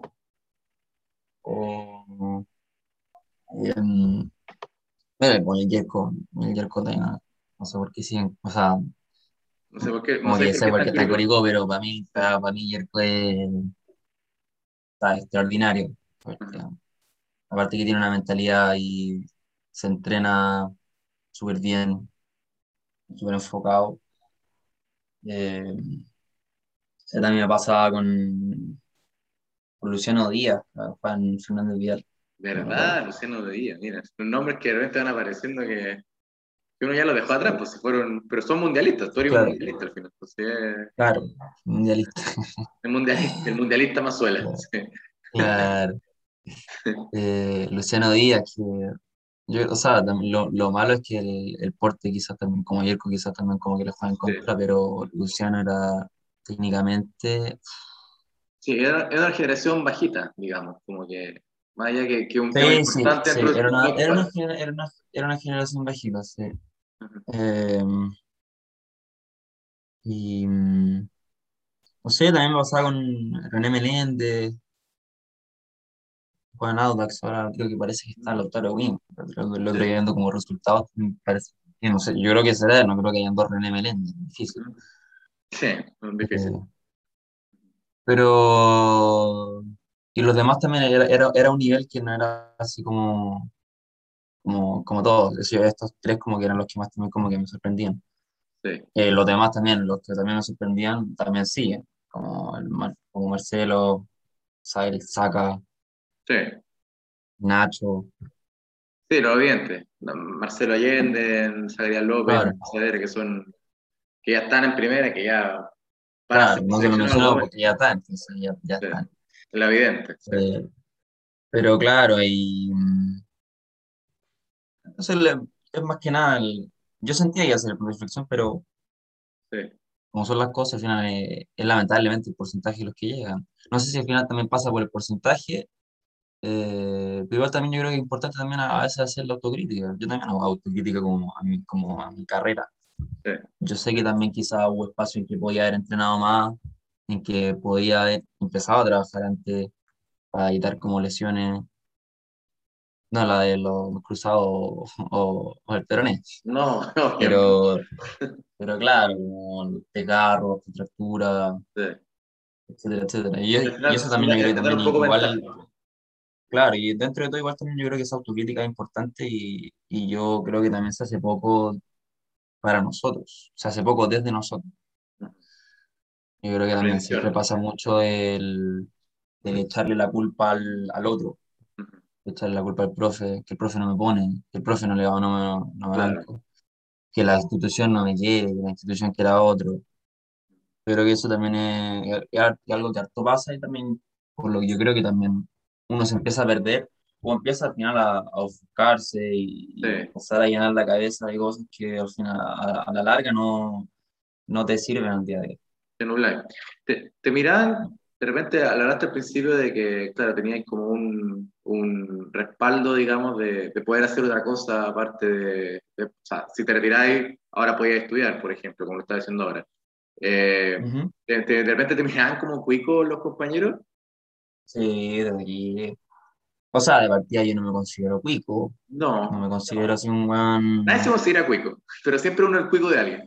o, em, Pero con el Jerko, el Jerko Tena, no sé por qué siguen, o sea, No sé por qué, no como sé que por sé qué por está qué en está en Curicó. Curicó, pero para mí, Sí. para, para mí Jerko es, está extraordinario. Porque, Ujú. aparte que tiene una mentalidad y se entrena súper bien, súper enfocado. Eh, Eso también me pasaba con, con Luciano Díaz, ¿no? Juan Fernández Vidal, no me acuerdo. ¿Verdad? Luciano de Díaz, mira. Son nombres que de repente van apareciendo que, que uno ya los dejó atrás, pues si fueron, pero son mundialistas, tú eres un Claro, mundialista al final. Pues, sí, es claro, mundialista. el mundialista, el mundialista más suela. Sí. Claro. Eh, Luciano Díaz, que yo, o sea, también lo, lo malo es que el, el porte quizás también, como Yerko quizás también como que le juega en Sí, contra, pero Luciano era técnicamente, sí, era, era una generación bajita, digamos, como que, más allá que, que un tema sí, sí, importante sí, dentro del era una, fútbol, era una, bueno. genera- era una, era una generación bajita, sí. Ujú. Eh, y mm, no sé, también me pasaba con René Meléndez, Juan Audax, ahora creo que parece que está Lautaro Win, creo que el otro día Sí. viendo como resultados, me parece, que no sé, yo creo que será, no creo que hayan dos René Meléndez, difícil. Ujú. Sí, es difícil. Eh, pero y los demás también era, era, era un nivel que no era así como, como, como todos. Es decir, estos tres como que eran los que más también como que me sorprendían. Sí, Eh, los demás también, los que también me sorprendían, también siguen, como, el, Mar- como Marcelo, Sael, Saca, sí. Nacho, Sí, los evidente. Marcelo Allende, Zagarian López, claro, Saavedra, que son, que ya están en primera, que ya van a ser claro, no te lo seleccionados mencionaba algunos. porque ya está, entonces ya, ya Sí, están. lo evidente, sí. Eh, pero claro, y mm, entonces le- es más que nada, el- yo sentía que iba a ser reflexión, pero Sí. como son las cosas, al final eh, es lamentablemente el porcentaje de los que llegan. No sé si al final también pasa por el porcentaje, eh, pero igual también yo creo que es importante también a, a veces hacer la autocrítica. Yo también hago autocrítica como a mi, como a mi carrera. Sí. Yo sé que también quizás hubo espacio en que podía haber entrenado más, en que podía haber empezado a trabajar antes para evitar como lesiones, no la de los cruzados o, o, o el peroné, No, obviamente. pero, pero claro, como desgarros, contracturas, Sí. etcétera, etcétera. Y, Al y final, eso sin también yo creo que desgastar también un poco mental. igual, claro, y dentro de todo igual también yo creo que esa autocrítica es importante y, y yo creo que también se hace poco para nosotros, se hace poco desde nosotros. Yo creo que también siempre Comprensión. pasa mucho el, el echarle la culpa al, al otro, Ujú. echarle la culpa al profe, que el profe no me pone, que el profe no le va, no me, no me Claro. banco. que la institución no me quiere, que la institución quiera a otro. Pero que eso también es, es al- es algo que harto pasa y también, por lo que yo creo que también uno se empieza a perder o empieza al final a, a ofuscarse y, y Sí, empezar a llenar la cabeza de cosas que al final, a, a la larga no, no te sirven al día de hoy. en un live. Te, te miraban, de repente hablaste al principio de que, claro, teníais como un, un respaldo, digamos, de, de poder hacer otra cosa aparte de, de- o sea, si te retiráis, ahora podías estudiar, por ejemplo, como lo estás haciendo ahora. Eh, Ujú. te- te- de repente te miraban como cuicos los compañeros. Sí, debería. O sea, de partida yo no me considero cuico, no me No, considero así un nadie se buen... considera cuico, pero siempre uno es el cuico de alguien.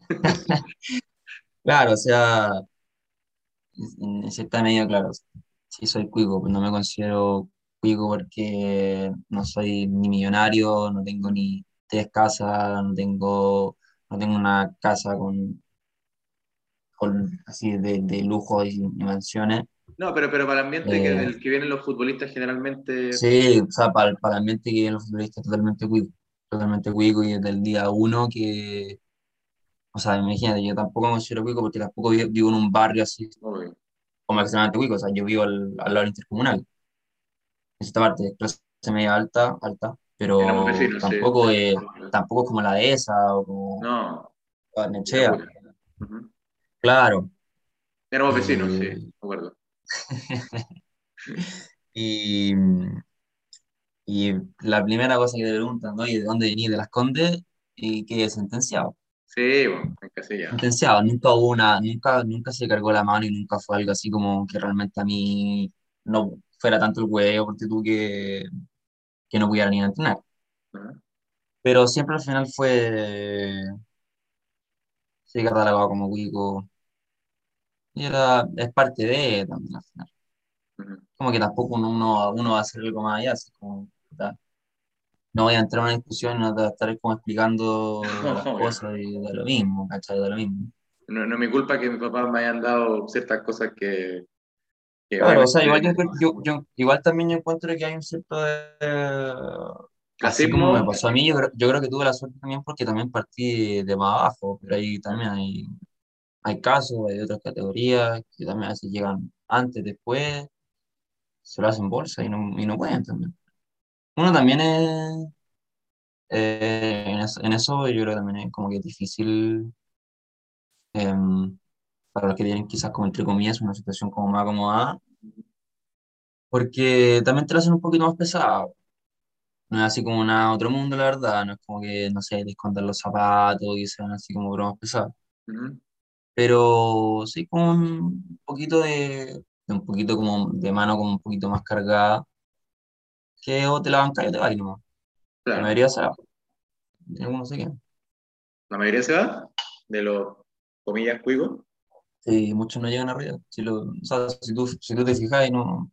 Claro, o sea, en cierta medida, claro, sí soy cuico, pero no me considero cuico porque no soy ni millonario, no tengo ni tres casas, no tengo, no tengo una casa con, con así de, de lujo y, y mansiones. No, pero, pero para el ambiente que, Eh, del que vienen los futbolistas generalmente, sí, o sea, para, para el ambiente que viven los futbolistas totalmente cuico, totalmente cuico y desde el día uno que, o sea, imagínate, yo tampoco me considero cuico porque tampoco vi- vivo en un barrio así uy, como extremadamente cuico, o sea, yo vivo al, al lado del intercomunal. Esta parte es clase media alta, alta, éramos pero vecinos, sí. tampoco es, tampoco es como la dehesa o como No, Barnechea. Vitacura. Ujú. Claro. Éramos vecinos, sí, Eh, me acuerdo. y, y la primera cosa que te preguntan, ¿no? ¿Y de dónde venís? ¿De Las Condes? Y que sentenciado. Sí, bueno, en Casilla. Sentenciado. Nunca hubo una, nunca, nunca se cargó la mano y nunca fue algo así como que realmente a mí no fuera tanto el huevo, porque tú que, que no pudiera ni entrenar. Ajá. Pero siempre al final fue, sí, catalogado como cuico. Y era, es parte de también al final. Ujú. Como que tampoco uno, uno, uno va a hacer algo más allá, así como, puta, no voy a entrar en una discusión, no te voy a estar como explicando las Obvio. cosas y da lo mismo, ¿cachai? Da lo mismo. No, no es mi culpa que mis papás me hayan dado ciertas cosas que, que Claro, o sea, obviamente igual yo, yo, yo- igual también yo encuentro que hay un cierto de, así como me clasismo, pasó a mí, yo creo, yo creo que tuve la suerte también porque también partí de más abajo, pero ahí también hay, hay casos, hay otras categorías que también a veces llegan antes, después, se lo hacen bolsa y no, y no pueden también. Uno también es, eh, en eso, en eso yo creo que también es como que es difícil em, para los que tienen quizás como entre comillas una situación como más acomodada, porque también te lo hacen un poquito más pesado. No es así como nada otro mundo, la verdad, no es como que, no sé, te escondan los zapatos y sean así como bromas pesadas. ujú, Pero sí con un poquito de, de un poquito como de mano como un poquito más cargada, que o te la banca y o te va y nomás. La claro. mayoría se va, algunos se quedan. La mayoría se va de los, comillas, cuicos. Sí, muchos no llegan arriba. Si, lo, o sea, si tú, si tú te fijas, no,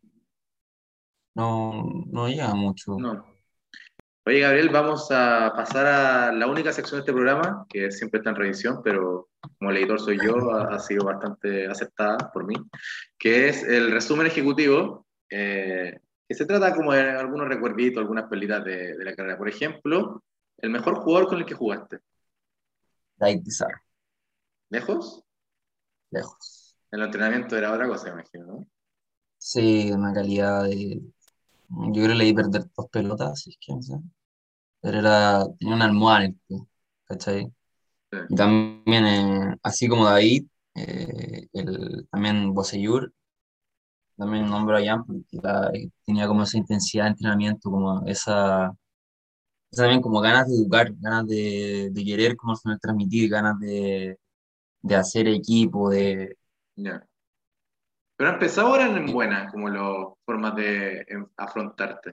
no, no llegan mucho. No. Oye, Gabriel, vamos a pasar a la única sección de este programa, que siempre está en revisión, pero como el editor soy yo, ha, ha sido bastante aceptada por mí, que es el resumen ejecutivo, eh, que se trata como de algunos recuerditos, algunas pelitas de, de la carrera. Por ejemplo, el mejor jugador con el que jugaste. David Pizarro, ¿Lejos? lejos. En el entrenamiento era otra cosa, me imagino, ¿no? Sí, una calidad de. Yo creo que le di perder dos pelotas, si es que no sé. Pero era, tenía una almohada en el pie, ¿cachai? Sí. Y también, eh, así como David, eh, el, también Boseyur, también nombro a Jan porque la- tenía como esa intensidad de entrenamiento, como esa, esa también como ganas de educar, ganas de, de querer como al final transmitir, ganas de, de hacer equipo, de. Ya. Pero empezó ahora en buenas, como las formas de em, afrontarte.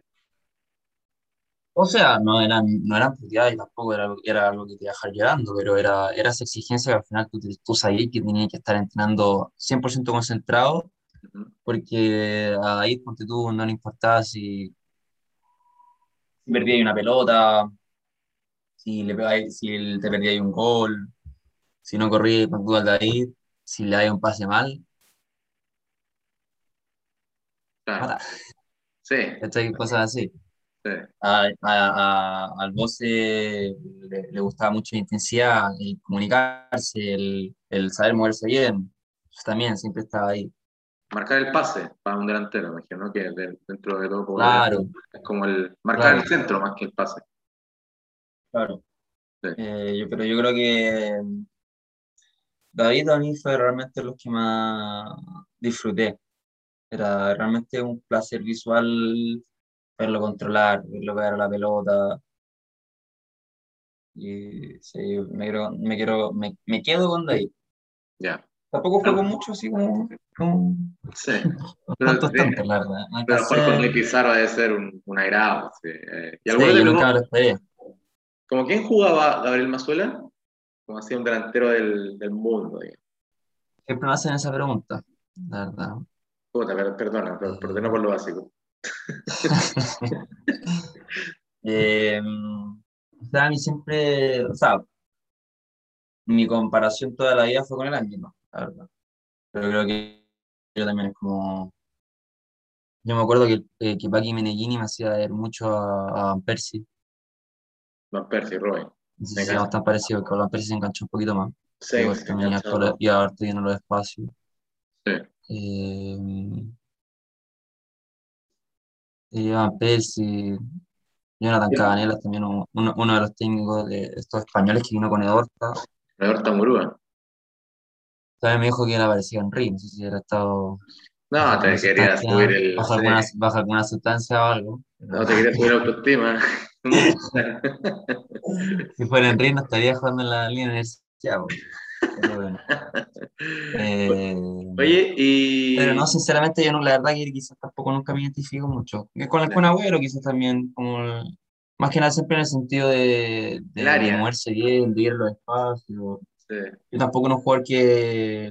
O sea, no eran, no eran puteadas y tampoco era, algo- era algo que te iba a dejar llorando, pero era, era esa exigencia que al final tú, te- tú sabías que tenías que estar entrenando cien por ciento concentrado, Ujú. porque ahí ponte tú, no le importaba si, si perdías una pelota, si, le pegabas- si el- te perdías un gol, si no corrías con tú al de ahí, si le dabas un pase mal, Claro. mata, Sí, ¿cachai? Cosas así. sí. A, a- a- al Bose le, le gustaba mucho la intensidad, el comunicarse, el, el saber moverse bien. Pues también siempre estaba ahí. Marcar el pase para un delantero, me imagino, ¿no? Que de- dentro de todo podría Claro, es como el marcar el claro, centro más que el pase. claro. Sí, Eh, yo, pero yo creo que David a mí fue realmente los que más disfruté. Era realmente un placer visual verlo controlar, verlo pegar a la pelota. Y sí, me, quiero, me, quiero, me, me quedo con David. ya. Tampoco fue con mucho, así como, como Sí. Pero, tantos, tantos, la verdad. No pero jugar con alcancé. Dani Pizarro debe ser un, un agrado. Sí. Eh, ¿y alguno Sí, te yo nunca pegó? me lo esperé. ¿Como quién jugaba Gabriel Mazuela? Como hacía un delantero del, del mundo, digamos. Siempre me hacen esa pregunta, la verdad. Puta, per- perdona, per- Eh, perdona por lo básico. eh, o sea, a mí siempre, o sea, mi comparación toda la vida fue con el Ángelo, la verdad. Pero creo que yo también es como. Yo me acuerdo que, eh, que Paqui Meneghini me hacía ver mucho a, a Van Persie. Van Persie, Robin. No sé Me si seamos caso. tan parecidos, que Van Persie se enganchó un poquito más. Que igual Sainz, también iba harto, enganchado. iba harto lleno los espacios. Sí. Eh, y Van Persie, Jonathan Cabanelas, también uno, uno uno de los técnicos de estos españoles que vino con Edorta. Roberto Murúa. También me dijo que él aparecía en Ring, no sé si era estado bajo No, alguna te quería subir sustancia, el. bajo Sí. alguna, bajo alguna sustancia o algo. Pero No te quería subir la autoestima. Mucho. si fuera en Ring no estaría jugando en la línea de universidad, po. Pero bueno. Eh, Oye, pero y. no, sinceramente yo no, la verdad que quizás tampoco nunca me identifico mucho. Que con el Kun Agüero quizás también, como el- más que nada siempre en el sentido de, El de, de área. moverse bien, de ir a los espacios. Sí. Yo tampoco no un jugador que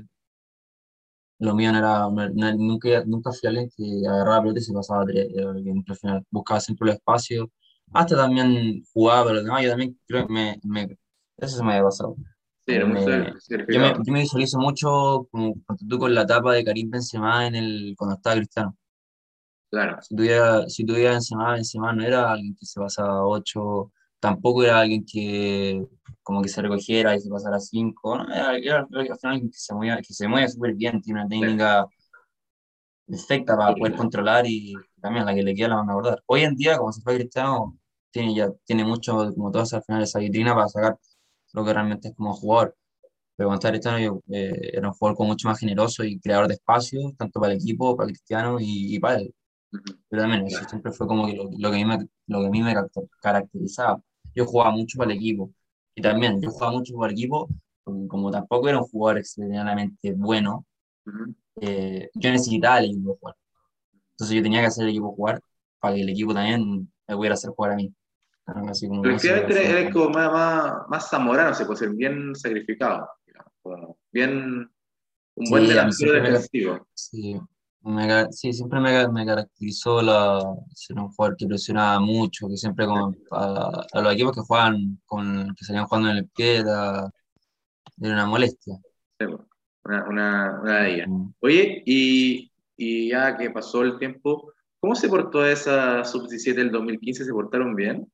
lo mío no era, no- no- nunca, nunca fui alguien que agarraba la pelota y se pasaba tres, era alguien que al final buscaba siempre el espacio. Hasta también jugaba, pero demás, yo también creo que me, me- eso se me había pasado. Sí, Eh, era muy me- yo, me, significado. yo me visualizo mucho como cuando tú con la etapa de Karim Benzema en el, cuando estaba Cristiano. Claro. Si tuviera, si tuviera Benzema, Benzema no era alguien que se pasaba ocho, tampoco era alguien que como que se recogiera y se pasara cinco, ¿no? Era, era- era al final alguien que se mueve, que se mueve súper bien, tiene una Sí. técnica perfecta para poder controlar y también la que le queda la van a abordar. Hoy en día, como se fue Cristiano, tiene ya tiene mucho, como todas al final, esa vitrina para sacar lo que realmente es como jugador. Pero cuando estaba Cristiano, yo, eh, era un jugador como mucho más generoso y creador de espacios, tanto para el equipo, para Cristiano y, y para él. Ujú. Pero también eso Claro. siempre fue como que lo, lo que a mí me, lo que a mí me caracter- caracterizaba. Yo jugaba mucho para el equipo. Y también yo jugaba mucho para el equipo, porque como tampoco era un jugador extremadamente bueno, Ujú. eh, yo necesitaba el equipo jugar. Entonces yo tenía que hacer el equipo jugar para que el equipo también me pudiera hacer jugar a mí. Algo así como eso Colectivamente eres, fue eres como. como más, más, más zamorano, se puede ser bien sacrificado, digamos, como bien, un buen Sí, a mí delantero siempre me, ca- defensivo. sí, me ca- sí, siempre me, ca- me caracterizó la, ser un jugador que presionaba mucho, que siempre como a, a los equipos que juegan, con, que salían jugando en el pie era, era una molestia. Sí, pues, una, una, una de ellas. Mm, Oye, y, y ya que pasó el tiempo, ¿cómo se portó esa sub diecisiete del dos mil quince? ¿Se portaron bien?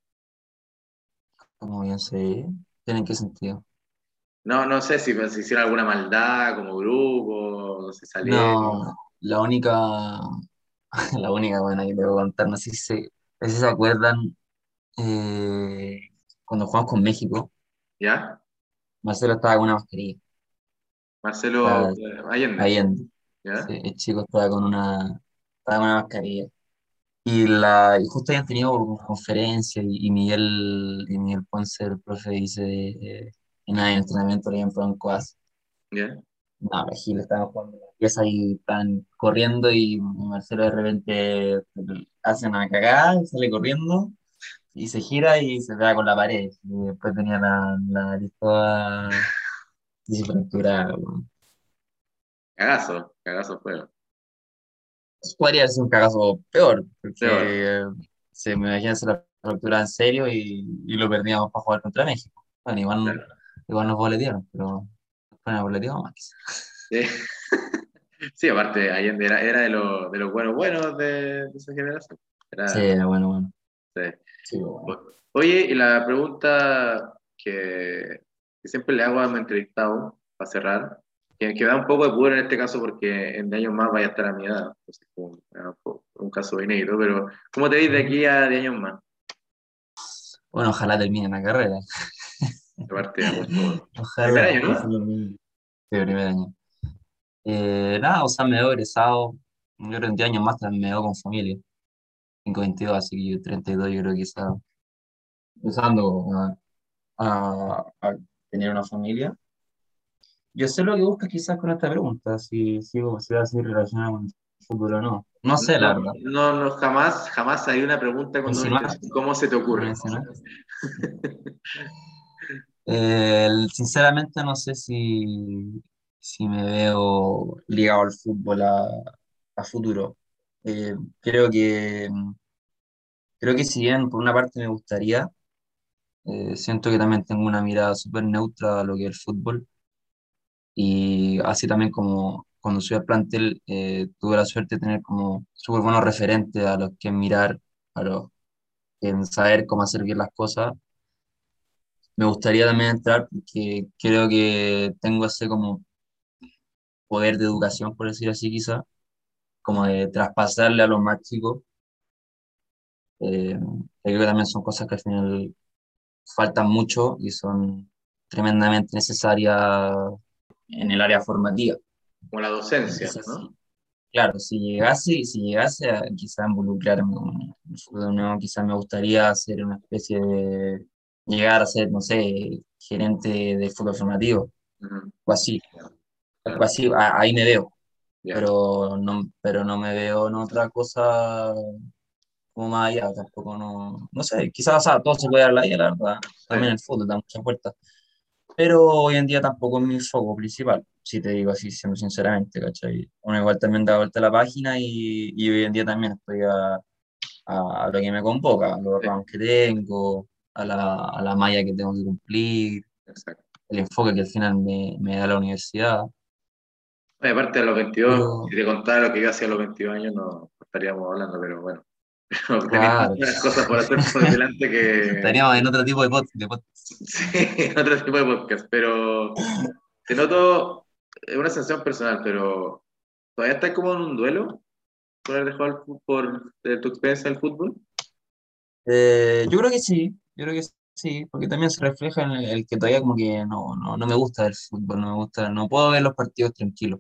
Como bien sé, ¿en qué sentido? No, no sé si, si hicieron alguna maldad como grupo, se salieron. No, la única, la única buena que te voy a contar, no sé si se, no sé si se acuerdan, eh, cuando jugamos con México, ¿Ya? Marcelo estaba con una mascarilla. Marcelo Estaba eh, Allende, Allende. ¿ya? Sí, el chico estaba con una, estaba con una mascarilla. Y, la, y justo habían tenido conferencia y, y Miguel, y Miguel Ponce, el profe, dice eh, en el entrenamiento le habían probado un codazo. ¿Ya? No, pero Gil estaban jugando la pieza y están corriendo y Marcelo de repente hace una cagada, sale corriendo y se gira y se pega con la pared. Y después tenía la, la nariz toda fracturada. Cagazo, cagazo fue. Podría ser un cagazo peor, Peor. porque eh, se me imagina se la fractura en serio y, y lo perdíamos para jugar contra México. Bueno, igual, Claro. igual nos boletearon, pero después nos boleteamos más quizás. Sí, sí, aparte, Allende era, era de, los de los buenos buenos de, de esa generación. Sí, Era, bueno, bueno. Sí. Sí, bueno. Oye, y la pregunta que, que siempre le hago a mi entrevistado, para cerrar, que, que me da un poco de pudor en este caso porque en años más vaya a estar a mi edad, entonces como, me da un, poco- un caso inédito, pero ¿cómo te ves de aquí a diez años más? Bueno, ojalá termine la carrera. Aparte de mucho. Primer Ojalá, año, eso es ¿no? lo mismo. Sí, primer año. Eh, nada, o sea, me veo egresado. Yo creo que en diez años más también me veo con familia. Tengo veintidós, así que yo treinta y dos, yo creo que quizá empezando a, a- a tener una familia. Yo sé lo que buscas quizás con esta pregunta, si, si, si va a ser relacionada con el fútbol o no. No sé, la No, verdad. no, no, jamás, jamás hay una pregunta con doble ¿Insinuar? intención. ¿Cómo se te ¿Me ocurre? insinuar? Eh, sinceramente no sé si, si me veo ligado al fútbol a, a futuro. Eh, creo que, creo que si bien por una parte me gustaría, eh, siento que también tengo una mirada súper neutra a lo que es el fútbol. Y así también como cuando subí al plantel, eh, tuve la suerte de tener como súper buenos referentes a los que mirar, a los que en saber cómo hacer bien las cosas. Me gustaría también entrar porque creo que tengo ese como poder de educación, por decir así quizá, como de traspasarle a los más chicos. Eh, creo que también son cosas que al final faltan mucho y son tremendamente necesarias en el área formativa. Como la docencia, Entonces, ¿no? sí. Claro, si llegase, si llegase a quizá involucrarme con el fútbol, no, quizá me gustaría hacer una especie de, llegar a ser, no sé, gerente de fútbol formativo, Ujú, o así, algo claro, así, a- ahí me veo, ya. pero no, pero no me veo en otra cosa como más allá, tampoco no, no sé, quizás, o sea, todo se puede dar en la vida, la verdad, también Sí. el fútbol da muchas vueltas, pero hoy en día tampoco es mi foco principal, si te digo así, siendo sinceramente, ¿cachai? Uno igual también da vuelta a la página y, y hoy en día también estoy a, a, a lo que me convoca, a los Sí, ramos que tengo, a la, a la malla que tengo que cumplir, exacto. el enfoque que al final me, me da la universidad, Oye, aparte de los veintidós, pero si te contara lo que yo hacía a los veintidós años, no estaríamos hablando, pero bueno, tenía claro, tantas cosas por hacer por delante que estaríamos en otro tipo de pod- de podcast. sí, otro tipo de podcast, pero te noto, es una sensación personal, pero ¿todavía estás como en un duelo por haber dejado el fútbol, por eh, tu experiencia del fútbol? Eh, yo creo que sí, yo creo que sí, porque también se refleja en el, el que todavía como que no, no, no me gusta el fútbol, no me gusta, no puedo ver los partidos tranquilos.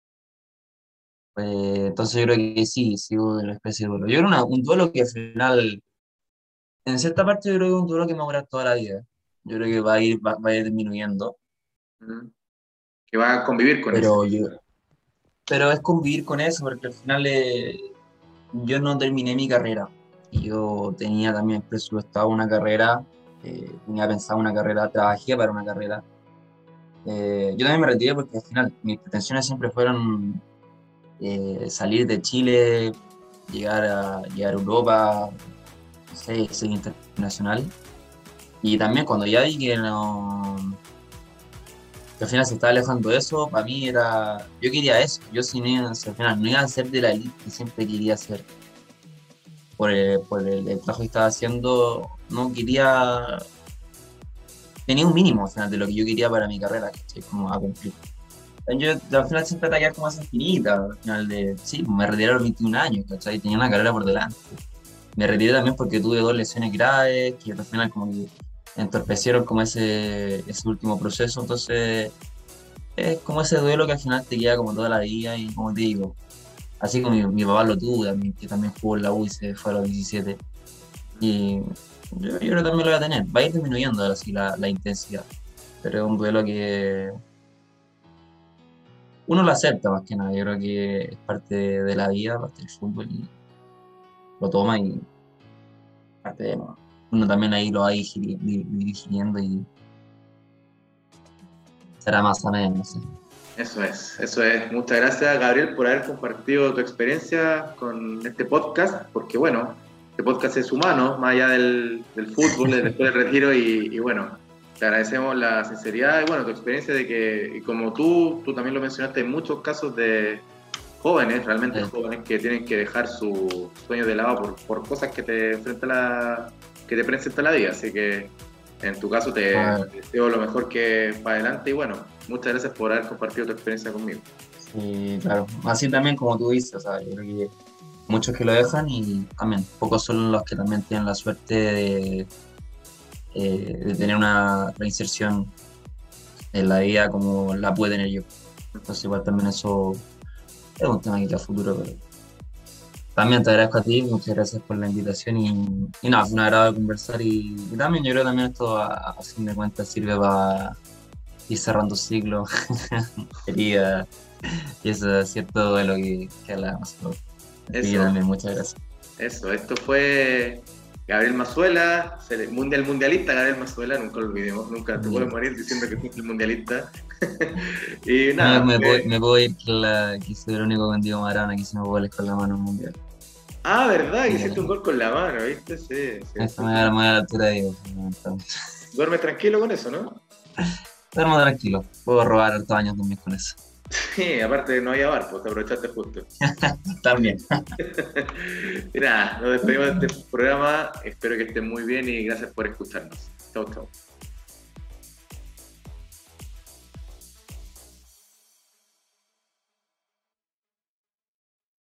Eh, entonces yo creo que sí, sigo en una especie de duelo. Yo creo una- un duelo que al final, en cierta parte yo creo que es un duelo que me va a durar toda la vida. Yo creo que va a ir, va, va a ir disminuyendo, Ujú. Que va a convivir con eso. pero yo, pero es convivir con eso, porque al final eh, yo no terminé mi carrera. Y yo tenía también presupuestado una carrera, eh, tenía pensado una carrera, trabajé para una carrera. Eh, yo también me retiré porque al final mis pretensiones siempre fueron eh, salir de Chile, llegar a, llegar a Europa, no sé, ser internacional. Y también cuando ya vi que, no, que al final se estaba alejando de eso, para mí era, yo quería eso, yo si no iba, si al final no iba a ser de la elite que siempre quería ser, por el, por el, el trabajo que estaba haciendo, no quería, tenía un mínimo al final de lo que yo quería para mi carrera, ¿cachai? Como a cumplir. Yo al final siempre ataqué como esa infinita, al final de, sí, me retiré a los veintiún años, ¿cachai? Tenía una carrera por delante. Me retiré también porque tuve dos lesiones graves que al final como que entorpecieron como ese, ese último proceso, entonces es como ese duelo que al final te queda como toda la vida y como te digo, así como mi, mi papá lo tuvo también, que también jugó en la U y se fue a los diecisiete y yo, yo creo que también lo voy a tener, va a ir disminuyendo así la, la intensidad, pero es un duelo que uno lo acepta más que nada, yo creo que es parte de, de la vida, parte del fútbol y lo toma y parte de uno también ahí lo va digiri- di- digiriendo y será más o menos, no sé. Eso es, eso es. Muchas gracias, Gabriel, por haber compartido tu experiencia con este podcast, porque bueno, este podcast es humano, más allá del, del fútbol, de- después del retiro, y, y bueno, te agradecemos la sinceridad y bueno, tu experiencia de que, y como tú, tú también lo mencionaste, hay muchos casos de, jóvenes, realmente Eh, jóvenes, que tienen que dejar sus sueños de lado por, por cosas que te enfrenta la, que te presenta la vida. Así que en tu caso te bueno, deseo lo mejor que para adelante y bueno, muchas gracias por haber compartido tu experiencia conmigo. sí, claro. Así también como tú dices, o sea, yo creo que muchos que lo dejan y también pocos son los que también tienen la suerte de, eh, de tener una reinserción en la vida como la puede tener yo. Entonces igual también eso es un tema que a futuro, pero también te agradezco a ti, muchas gracias por la invitación y, y nada, fue un agrado conversar y, y también yo creo que también esto a, a fin de cuentas sirve para ir cerrando ciclos, heridas y eso es cierto de lo que, que hablamos. Así que Eso, también muchas gracias. eso, esto fue Gabriel Mazuela, sele- mundial mundialista Gabriel Mazuela, nunca lo olvidemos, nunca te puedes morir diciendo que fuiste el mundialista. Y Me, nada, me puedo, fue- me puedo ir que, la, que soy el único con Diego Maradona que hicimos goles con la mano en el mundial. ah, ¿verdad? Que Así hiciste un que gol con la mano, ¿viste? Sí, sí, eso sí. me da, me da la altura de Diego. Entonces, Duerme tranquilo con eso, ¿no? duermo tranquilo, puedo robar hartos años también con eso. Sí, aparte no había bar, pues te aprovechaste justo. También. Y nada, nos despedimos de este programa. Espero que estén muy bien y gracias por escucharnos. Chau, chau.